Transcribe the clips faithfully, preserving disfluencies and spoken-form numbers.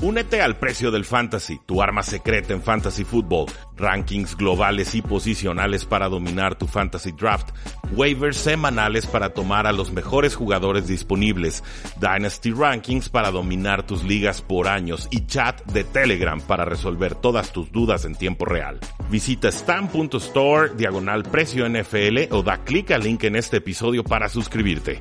Únete al Precio del Fantasy, tu arma secreta en Fantasy Football, rankings globales y posicionales para dominar tu Fantasy Draft, waivers semanales para tomar a los mejores jugadores disponibles, Dynasty Rankings para dominar tus ligas por años y chat de Telegram para resolver todas tus dudas en tiempo real. Visita stan punto store diagonal precio N F L o da clic al link en este episodio para suscribirte.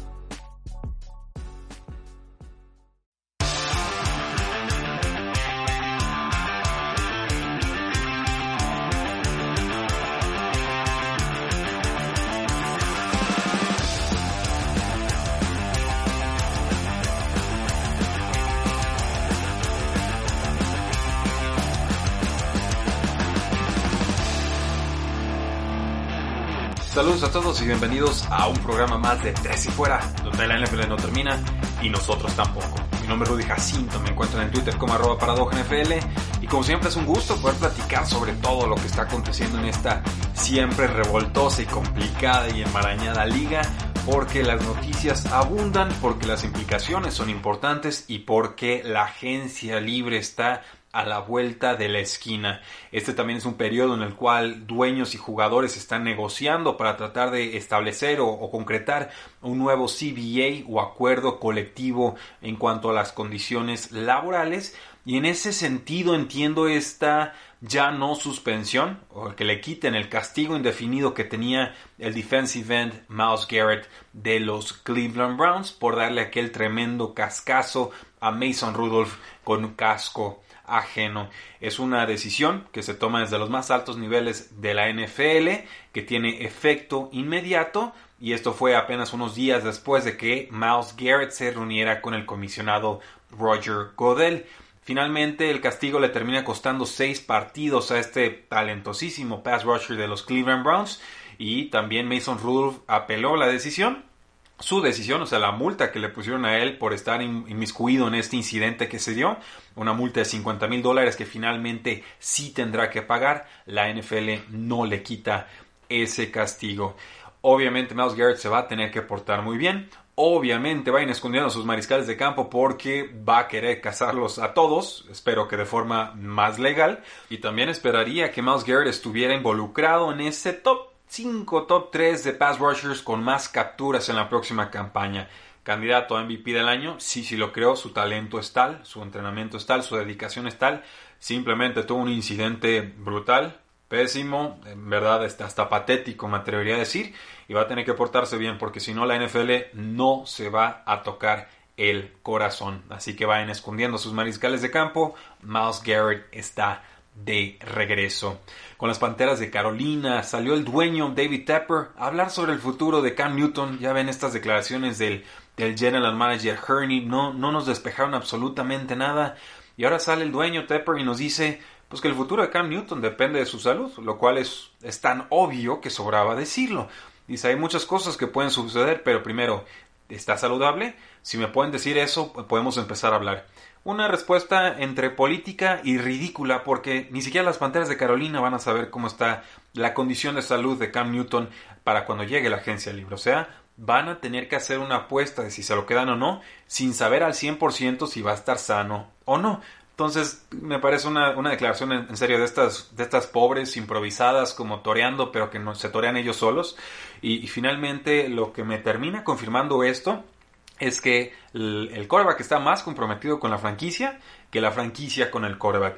Saludos a todos y bienvenidos a un programa más de Tres y Fuera, donde la N F L no termina y nosotros tampoco. Mi nombre es Rudy Jacinto, me encuentran en Twitter como arroba paradoja N F L y como siempre es un gusto poder platicar sobre todo lo que está aconteciendo en esta siempre revoltosa y complicada y enmarañada liga, porque las noticias abundan, porque las implicaciones son importantes y porque la agencia libre está a la vuelta de la esquina. Este también es un periodo en el cual dueños y jugadores están negociando para tratar de establecer o, o concretar un nuevo C B A o acuerdo colectivo en cuanto a las condiciones laborales, y en ese sentido entiendo esta ya no suspensión o que le quiten el castigo indefinido que tenía el defensive end Myles Garrett de los Cleveland Browns por darle aquel tremendo cascazo a Mason Rudolph con un casco ajeno. Es una decisión que se toma desde los más altos niveles de la N F L, que tiene efecto inmediato, y esto fue apenas unos días después de que Myles Garrett se reuniera con el comisionado Roger Goodell. Finalmente el castigo le termina costando seis partidos a este talentosísimo pass rusher de los Cleveland Browns, y también Mason Rudolph apeló la decisión. Su decisión, o sea, la multa que le pusieron a él por estar inmiscuido en este incidente que se dio, una multa de cincuenta mil dólares que finalmente sí tendrá que pagar. La N F L no le quita ese castigo. Obviamente Myles Garrett se va a tener que portar muy bien. Obviamente va a ir escondiendo a sus mariscales de campo porque va a querer cazarlos a todos, espero que de forma más legal. Y también esperaría que Myles Garrett estuviera involucrado en ese top cinco, top tres de pass rushers con más capturas en la próxima campaña. Candidato a M V P del año, sí, sí lo creo, su talento es tal, su entrenamiento es tal, su dedicación es tal. Simplemente tuvo un incidente brutal, pésimo, en verdad hasta, hasta patético me atrevería a decir, y va a tener que portarse bien porque si no la N F L no se va a tocar el corazón. Así que vayan escondiendo sus mariscales de campo. Myles Garrett está de regreso. Con las Panteras de Carolina salió el dueño David Tepper a hablar sobre el futuro de Cam Newton. Ya ven estas declaraciones del, del general manager Hurney, no, no nos despejaron absolutamente nada, y ahora sale el dueño Tepper y nos dice pues que el futuro de Cam Newton depende de su salud, lo cual es, es tan obvio que sobraba decirlo. Dice, hay muchas cosas que pueden suceder, pero primero, ¿está saludable? Si me pueden decir eso, podemos empezar a hablar. Una respuesta entre política y ridícula, porque ni siquiera las Panteras de Carolina van a saber cómo está la condición de salud de Cam Newton para cuando llegue la agencia libre. O sea, van a tener que hacer una apuesta de si se lo quedan o no, sin saber al cien por ciento si va a estar sano o no. Entonces, me parece una, una declaración en, en serio de estas, de estas pobres improvisadas, como toreando, pero que no se torean ellos solos. Y, y finalmente, lo que me termina confirmando esto es que el, el quarterback está más comprometido con la franquicia que la franquicia con el quarterback.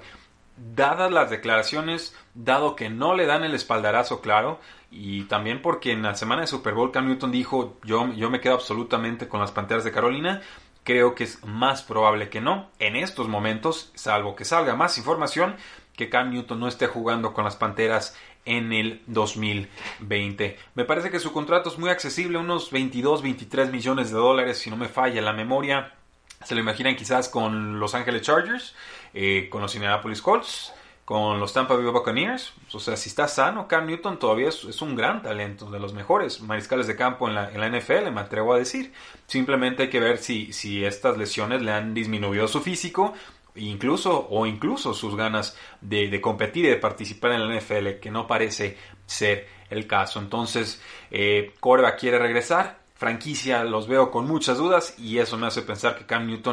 Dadas las declaraciones, dado que no le dan el espaldarazo claro, y también porque en la semana de Super Bowl Cam Newton dijo, yo, yo me quedo absolutamente con las Panteras de Carolina, creo que es más probable que no, en estos momentos, salvo que salga más información, que Cam Newton no esté jugando con las Panteras en el dos mil veinte. Me parece que su contrato es muy accesible, unos veintidós, veintitrés millones de dólares, si no me falla la memoria. Se lo imaginan quizás con Los Ángeles Chargers, eh, con los Indianapolis Colts, con los Tampa Bay Buccaneers. O sea, si está sano, Cam Newton todavía es, es un gran talento, de los mejores mariscales de campo en la, en la N F L, me atrevo a decir. Simplemente hay que ver si, si estas lesiones le han disminuido su físico, incluso o incluso sus ganas de, de competir y de participar en la N F L, que no parece ser el caso. Entonces, eh, quarterback quiere regresar, franquicia los veo con muchas dudas, y eso me hace pensar que Cam Newton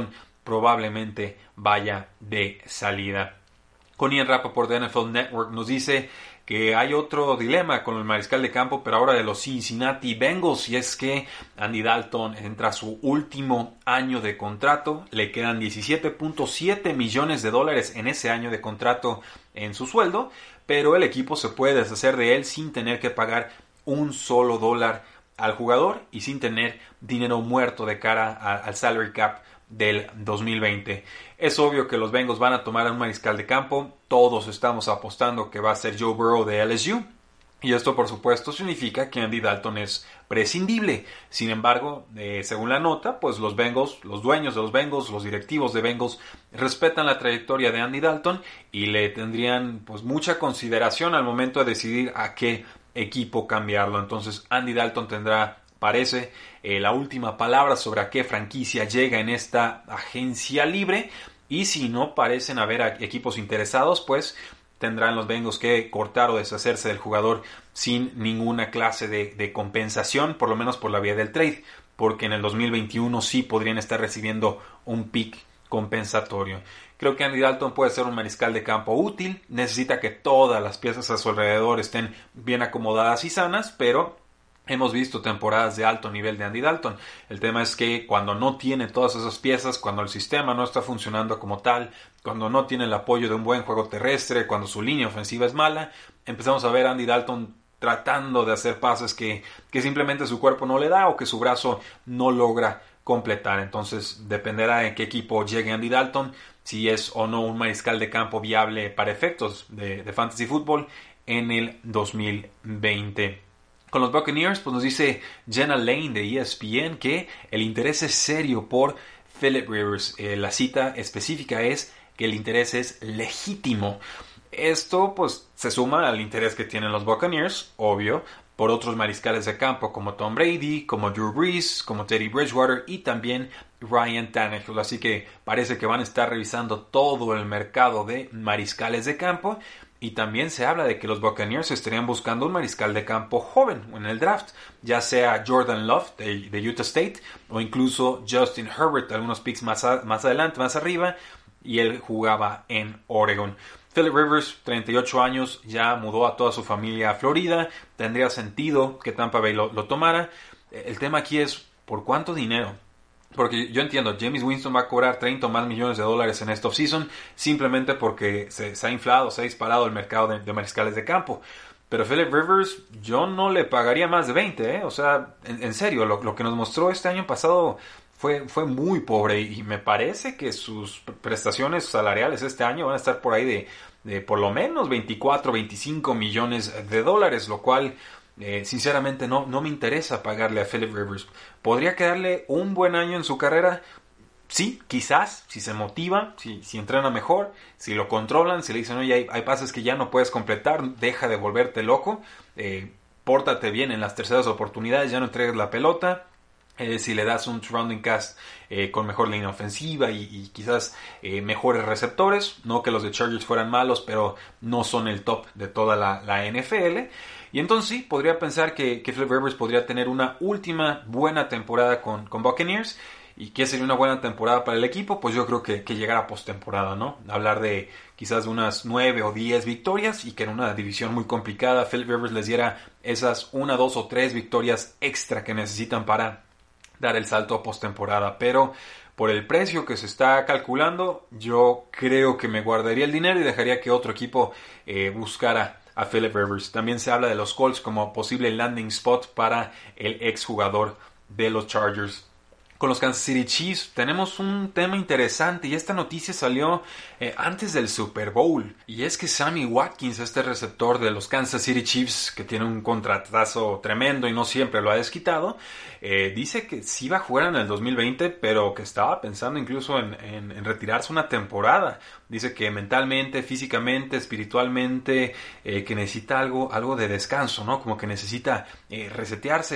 probablemente vaya de salida. Con Ian Rapoport de N F L Network nos dice que hay otro dilema con el mariscal de campo, pero ahora de los Cincinnati Bengals, y es que Andy Dalton entra a su último año de contrato, le quedan diecisiete punto siete millones de dólares en ese año de contrato en su sueldo, pero el equipo se puede deshacer de él sin tener que pagar un solo dólar al jugador y sin tener dinero muerto de cara a, al salary cap del dos mil veinte. Es obvio que los Bengals van a tomar a un mariscal de campo. Todos estamos apostando que va a ser Joe Burrow de L S U. Y esto, por supuesto, significa que Andy Dalton es prescindible. Sin embargo, eh, según la nota, pues los Bengals, los dueños de los Bengals, los directivos de Bengals, respetan la trayectoria de Andy Dalton y le tendrían pues mucha consideración al momento de decidir a qué equipo cambiarlo. Entonces, Andy Dalton tendrá, parece, eh, la última palabra sobre a qué franquicia llega en esta agencia libre, y si no parecen haber equipos interesados, pues tendrán los Bengals que cortar o deshacerse del jugador sin ninguna clase de, de compensación, por lo menos por la vía del trade, porque en el dos mil veintiuno sí podrían estar recibiendo un pick compensatorio. Creo que Andy Dalton puede ser un mariscal de campo útil, necesita que todas las piezas a su alrededor estén bien acomodadas y sanas, pero hemos visto temporadas de alto nivel de Andy Dalton. El tema es que cuando no tiene todas esas piezas, cuando el sistema no está funcionando como tal, cuando no tiene el apoyo de un buen juego terrestre, cuando su línea ofensiva es mala, empezamos a ver a Andy Dalton tratando de hacer pases que, que simplemente su cuerpo no le da o que su brazo no logra completar. Entonces dependerá de qué equipo llegue Andy Dalton, si es o no un mariscal de campo viable para efectos de, de fantasy fútbol en el dos mil veinte. Con los Buccaneers, pues nos dice Jenna Lane de E S P N que el interés es serio por Philip Rivers. Eh, la cita específica es que el interés es legítimo. Esto pues se suma al interés que tienen los Buccaneers, obvio, por otros mariscales de campo como Tom Brady, como Drew Brees, como Teddy Bridgewater y también Ryan Tannehill. Así que parece que van a estar revisando todo el mercado de mariscales de campo. Y también se habla de que los Buccaneers estarían buscando un mariscal de campo joven en el draft, ya sea Jordan Love de, de Utah State o incluso Justin Herbert, algunos picks más, a, más adelante, más arriba, y él jugaba en Oregon. Philip Rivers, treinta y ocho años, ya mudó a toda su familia a Florida, tendría sentido que Tampa Bay lo, lo tomara. El tema aquí es, ¿por cuánto dinero? Porque yo entiendo, Jameis Winston va a cobrar treinta o más millones de dólares en esta offseason simplemente porque se, se ha inflado, se ha disparado el mercado de, de mariscales de campo. Pero Philip Rivers, yo no le pagaría más de veinte, ¿eh? O sea, en, en serio, lo, lo que nos mostró este año pasado fue, fue muy pobre y, y me parece que sus prestaciones salariales este año van a estar por ahí de, de por lo menos veinticuatro, veinticinco millones de dólares, lo cual... Eh, sinceramente no, no me interesa pagarle a Philip Rivers. ¿Podría quedarle un buen año en su carrera? Sí, quizás, si se motiva, si, si entrena mejor, si lo controlan, si le dicen, oye, hay, hay pases que ya no puedes completar, deja de volverte loco, eh, pórtate bien en las terceras oportunidades, ya no entregues la pelota. Eh, si le das un surrounding cast eh, con mejor línea ofensiva y, y quizás eh, mejores receptores, no que los de Chargers fueran malos, pero no son el top de toda la, la N F L. Y entonces sí, podría pensar que, que Philip Rivers podría tener una última buena temporada con, con Buccaneers. ¿Y qué sería una buena temporada para el equipo? Pues yo creo que, que llegar a postemporada, ¿no? Hablar de quizás de unas nueve o diez victorias y que en una división muy complicada Philip Rivers les diera esas una, dos o tres victorias extra que necesitan para dar el salto a postemporada. Pero por el precio que se está calculando, yo creo que me guardaría el dinero y dejaría que otro equipo eh, buscara a Philip Rivers. También se habla de los Colts como posible landing spot para el exjugador de los Chargers. Con los Kansas City Chiefs tenemos un tema interesante y esta noticia salió eh, antes del Super Bowl. Y es que Sammy Watkins, este receptor de los Kansas City Chiefs, que tiene un contratazo tremendo y no siempre lo ha desquitado, eh, dice que sí va a jugar en el dos mil veinte, pero que estaba pensando incluso en, en, en retirarse una temporada. Dice que mentalmente, físicamente, espiritualmente, eh, que necesita algo, algo de descanso, ¿no? Como que necesita eh, resetearse.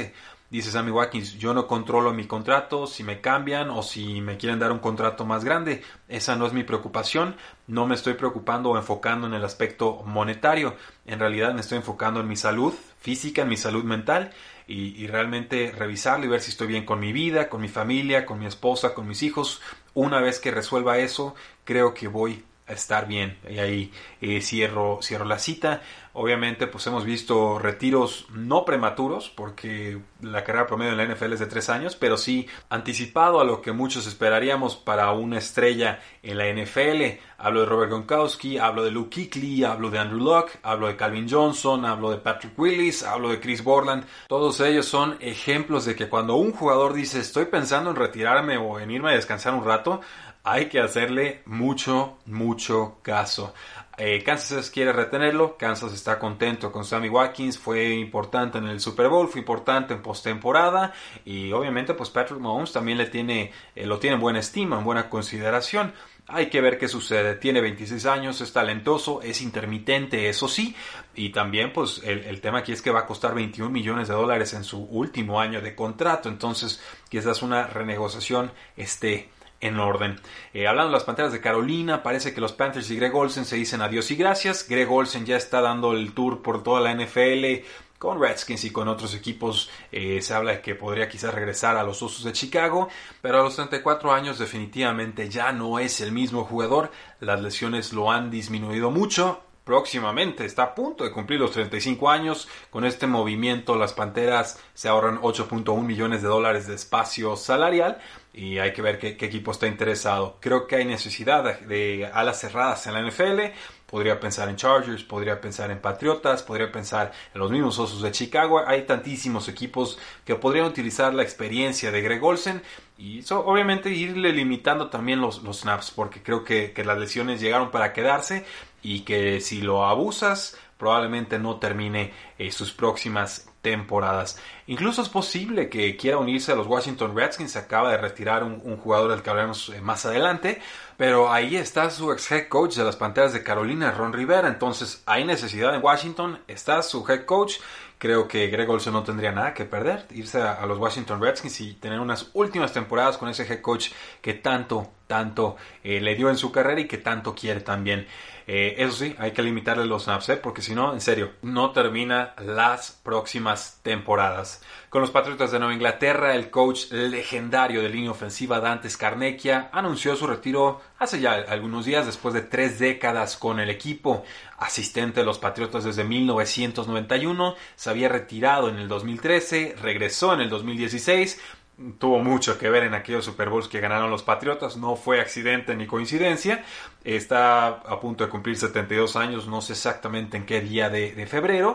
Dice Sammy Watkins, yo no controlo mi contrato, si me cambian o si me quieren dar un contrato más grande. Esa no es mi preocupación. No me estoy preocupando o enfocando en el aspecto monetario. En realidad me estoy enfocando en mi salud física, en mi salud mental y, y realmente revisarlo y ver si estoy bien con mi vida, con mi familia, con mi esposa, con mis hijos. Una vez que resuelva eso, creo que voy a estar bien. Y ahí eh, cierro, cierro la cita. Obviamente pues hemos visto retiros no prematuros porque la carrera promedio en la N F L es de tres años, pero sí anticipado a lo que muchos esperaríamos para una estrella en la N F L. Hablo de Robert Gronkowski, hablo de Luke Kuechly, hablo de Andrew Luck, hablo de Calvin Johnson, hablo de Patrick Willis, hablo de Chris Borland. Todos ellos son ejemplos de que cuando un jugador dice estoy pensando en retirarme o en irme a descansar un rato, hay que hacerle mucho, mucho caso. Eh, Kansas quiere retenerlo. Kansas está contento con Sammy Watkins. Fue importante en el Super Bowl, fue importante en postemporada. Y obviamente pues Patrick Mahomes también le tiene, eh, lo tiene en buena estima, en buena consideración. Hay que ver qué sucede. Tiene veintiséis años, es talentoso, es intermitente, eso sí. Y también pues el, el tema aquí es que va a costar veintiún millones de dólares en su último año de contrato. Entonces quizás una renegociación esté en orden. Eh, hablando de las Panteras de Carolina, parece que los Panthers y Greg Olsen se dicen adiós y gracias. Greg Olsen ya está dando el tour por toda la N F L con Redskins y con otros equipos. Eh, se habla de que podría quizás regresar a los Osos de Chicago, pero a los treinta y cuatro años definitivamente ya no es el mismo jugador. Las lesiones lo han disminuido mucho. Próximamente está a punto de cumplir los treinta y cinco años. Con este movimiento las Panteras se ahorran ocho punto uno millones de dólares de espacio salarial y hay que ver qué, qué equipo está interesado. Creo que hay necesidad de, de alas cerradas en la N F L. Podría pensar en Chargers, podría pensar en Patriotas, podría pensar en los mismos Osos de Chicago. Hay tantísimos equipos que podrían utilizar la experiencia de Greg Olsen y so, obviamente irle limitando también los, los snaps, porque creo que, que las lesiones llegaron para quedarse y que si lo abusas probablemente no termine eh, sus próximas temporadas. Incluso es posible que quiera unirse a los Washington Redskins. Se acaba de retirar un, un jugador del que hablaremos eh, más adelante, pero ahí está su ex head coach de las Panteras de Carolina, Ron Rivera. Entonces hay necesidad en Washington, está su head coach. Creo que Greg Olsen no tendría nada que perder, irse a, a los Washington Redskins y tener unas últimas temporadas con ese head coach que tanto, tanto eh, le dio en su carrera y que tanto quiere también. Eh, eso sí, hay que limitarle los snaps, ¿eh? Porque si no, en serio, no termina las próximas temporadas. Con los Patriotas de Nueva Inglaterra, el coach legendario de línea ofensiva Dante Scarnecchia anunció su retiro hace ya algunos días después de tres décadas con el equipo. Asistente de los Patriotas desde mil novecientos noventa y uno, se había retirado en el dos mil trece, regresó en el dos mil dieciséis. Tuvo mucho que ver en aquellos Super Bowls que ganaron los Patriotas, no fue accidente ni coincidencia. Está a punto de cumplir setenta y dos años, no sé exactamente en qué día de, de febrero,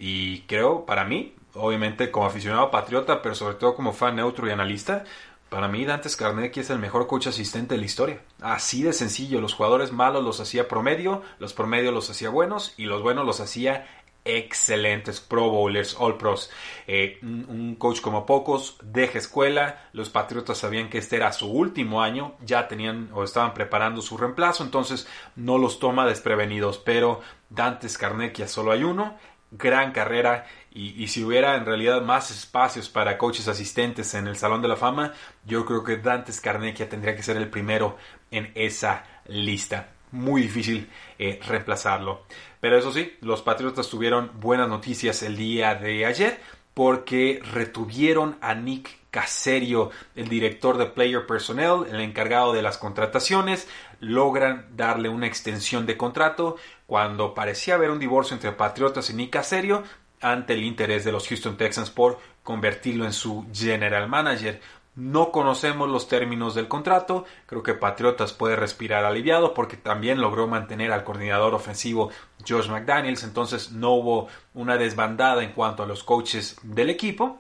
y creo, para mí, obviamente como aficionado patriota, pero sobre todo como fan neutro y analista, para mí Dante Scarnecchia es el mejor coach asistente de la historia. Así de sencillo, los jugadores malos los hacía promedio, los promedios los hacía buenos y los buenos los hacía excelentes, Pro Bowlers, All Pros. Eh, un, un coach como pocos, deja escuela. Los Patriotas sabían que este era su último año, ya tenían o estaban preparando su reemplazo, entonces no los toma desprevenidos. Pero Dante Scarnecchia solo hay uno, gran carrera, y, y si hubiera en realidad más espacios para coaches asistentes en el Salón de la Fama, yo creo que Dante Scarnecchia tendría que ser el primero en esa lista. Muy difícil eh, reemplazarlo. Pero eso sí, los Patriotas tuvieron buenas noticias el día de ayer porque retuvieron a Nick Caserio, el director de Player Personnel, el encargado de las contrataciones. Logran darle una extensión de contrato cuando parecía haber un divorcio entre Patriotas y Nick Caserio ante el interés de los Houston Texans por convertirlo en su general manager. No conocemos los términos del contrato. Creo que Patriotas puede respirar aliviado porque también logró mantener al coordinador ofensivo Josh McDaniels. Entonces no hubo una desbandada en cuanto a los coaches del equipo.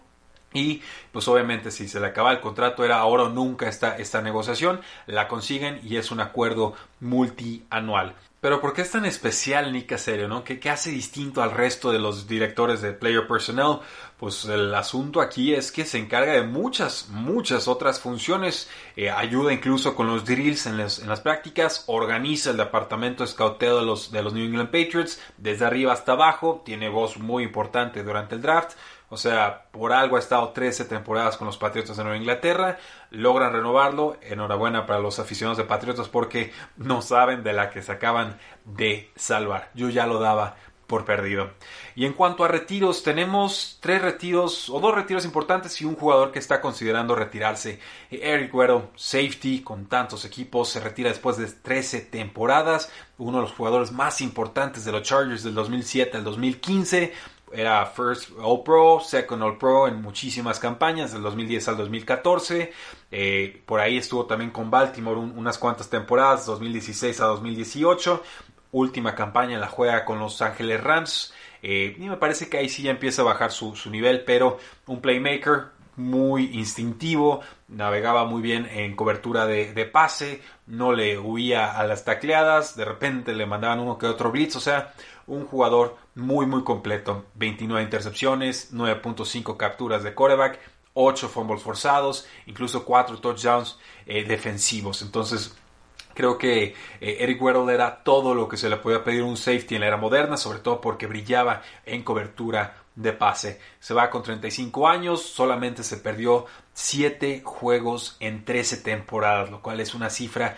Y pues obviamente si se le acaba el contrato era ahora o nunca esta, esta negociación. La consiguen y es un acuerdo multianual. Pero ¿por qué es tan especial Nick Caserio, ¿no? ¿Qué, ¿Qué hace distinto al resto de los directores de Player Personnel? Pues el asunto aquí es que se encarga de muchas, muchas otras funciones. Eh, ayuda incluso con los drills en, les, en las prácticas. Organiza el departamento de scouteo de los, de los New England Patriots desde arriba hasta abajo. Tiene voz muy importante durante el draft. O sea, por algo ha estado trece temporadas con los Patriotas de Nueva Inglaterra. Logran renovarlo. Enhorabuena para los aficionados de Patriotas porque no saben de la que se acaban de salvar. Yo ya lo daba por perdido. Y en cuanto a retiros, tenemos tres retiros o dos retiros importantes y un jugador que está considerando retirarse. Eric Weddle, safety con tantos equipos, se retira después de trece temporadas. Uno de los jugadores más importantes de los Chargers del dos mil siete al dos mil quince. Era First All Pro, Second All Pro en muchísimas campañas, del dos mil diez al dos mil catorce. Eh, por ahí estuvo también con Baltimore un, unas cuantas temporadas, dos mil dieciséis a dos mil dieciocho. Última campaña la juega con Los Ángeles Rams. Eh, y me parece que ahí sí ya empieza a bajar su, su nivel, pero un playmaker muy instintivo, navegaba muy bien en cobertura de, de pase, no le huía a las tacleadas, de repente le mandaban uno que otro blitz, o sea, un jugador muy muy completo. veintinueve intercepciones, nueve punto cinco capturas de quarterback, ocho fumbles forzados, incluso cuatro touchdowns eh, defensivos. Entonces creo que eh, Eric Weddle era todo lo que se le podía pedir a un safety en la era moderna, sobre todo porque brillaba en cobertura de pase. Se va con treinta y cinco años, solamente se perdió siete juegos en trece temporadas, lo cual es una cifra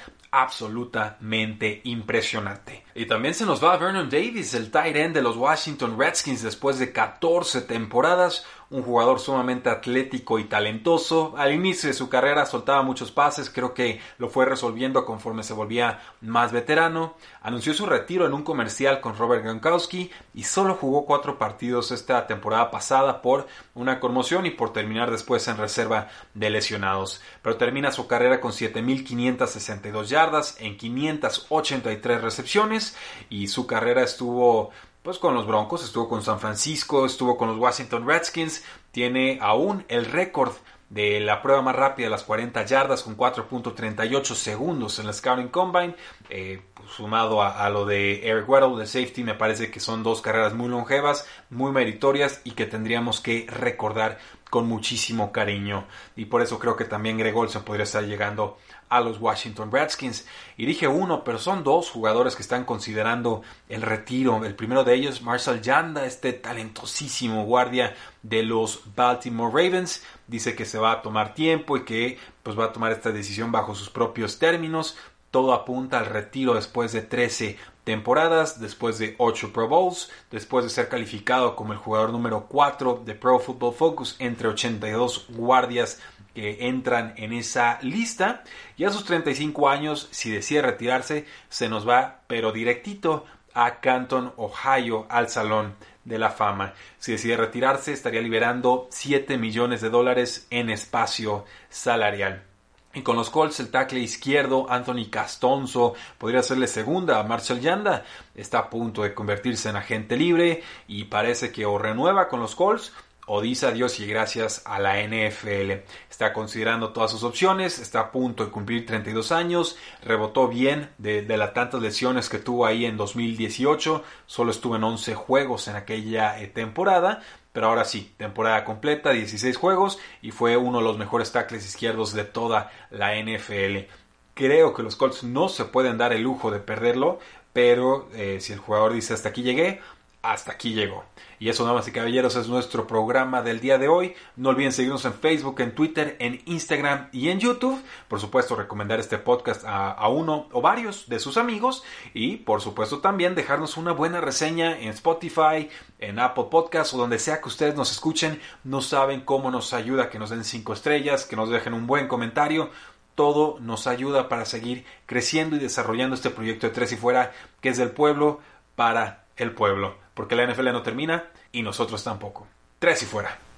absolutamente impresionante. Y también se nos va Vernon Davis, el tight end de los Washington Redskins, después de catorce temporadas. Un jugador sumamente atlético y talentoso. Al inicio de su carrera soltaba muchos pases, creo que lo fue resolviendo conforme se volvía más veterano. Anunció su retiro en un comercial con Robert Gronkowski y solo jugó cuatro partidos esta temporada pasada por una conmoción y por terminar después en reserva de lesionados. Pero termina su carrera con siete mil quinientas sesenta y dos yardas en quinientas ochenta y tres recepciones y su carrera estuvo pues con los Broncos, estuvo con San Francisco, estuvo con los Washington Redskins, tiene aún el récord de la prueba más rápida de las cuarenta yardas con cuatro punto treinta y ocho segundos en la Scouting Combine, eh, pues, sumado a, a lo de Eric Weddle de safety, me parece que son dos carreras muy longevas, muy meritorias y que tendríamos que recordar con muchísimo cariño. Y por eso creo que también Greg Olsen podría estar llegando a los Washington Redskins. Y dije uno, pero son dos jugadores que están considerando el retiro. El primero de ellos, Marshall Yanda, este talentosísimo guardia de los Baltimore Ravens. Dice que se va a tomar tiempo y que pues va a tomar esta decisión bajo sus propios términos. Todo apunta al retiro después de trece temporadas, después de ocho Pro Bowls, después de ser calificado como el jugador número cuatro de Pro Football Focus entre ochenta y dos guardias que entran en esa lista. Y a sus treinta y cinco años, si decide retirarse, se nos va, pero directito a Canton, Ohio, al Salón de la Fama. Si decide retirarse, estaría liberando siete millones de dólares en espacio salarial. Y con los Colts, el tackle izquierdo Anthony Castonzo podría hacerle segunda a Marshall Yanda. Está a punto de convertirse en agente libre y parece que o renueva con los Colts o dice adiós y gracias a la N F L. Está considerando todas sus opciones, está a punto de cumplir treinta y dos años, rebotó bien de, de las tantas lesiones que tuvo ahí en dos mil dieciocho, solo estuvo en once juegos en aquella eh, temporada, pero ahora sí, temporada completa, dieciséis juegos y fue uno de los mejores tackles izquierdos de toda la N F L. Creo que los Colts no se pueden dar el lujo de perderlo, pero eh, si el jugador dice hasta aquí llegué, hasta aquí llegó. Y eso, damas y caballeros, es nuestro programa del día de hoy. No olviden seguirnos en Facebook, en Twitter, en Instagram y en YouTube. Por supuesto, recomendar este podcast a, a uno o varios de sus amigos. Y, por supuesto, también dejarnos una buena reseña en Spotify, en Apple Podcasts o donde sea que ustedes nos escuchen. No saben cómo nos ayuda que nos den cinco estrellas, que nos dejen un buen comentario. Todo nos ayuda para seguir creciendo y desarrollando este proyecto de Tres y Fuera, que es del pueblo para el pueblo. Porque la N F L no termina y nosotros tampoco. Tres y Fuera.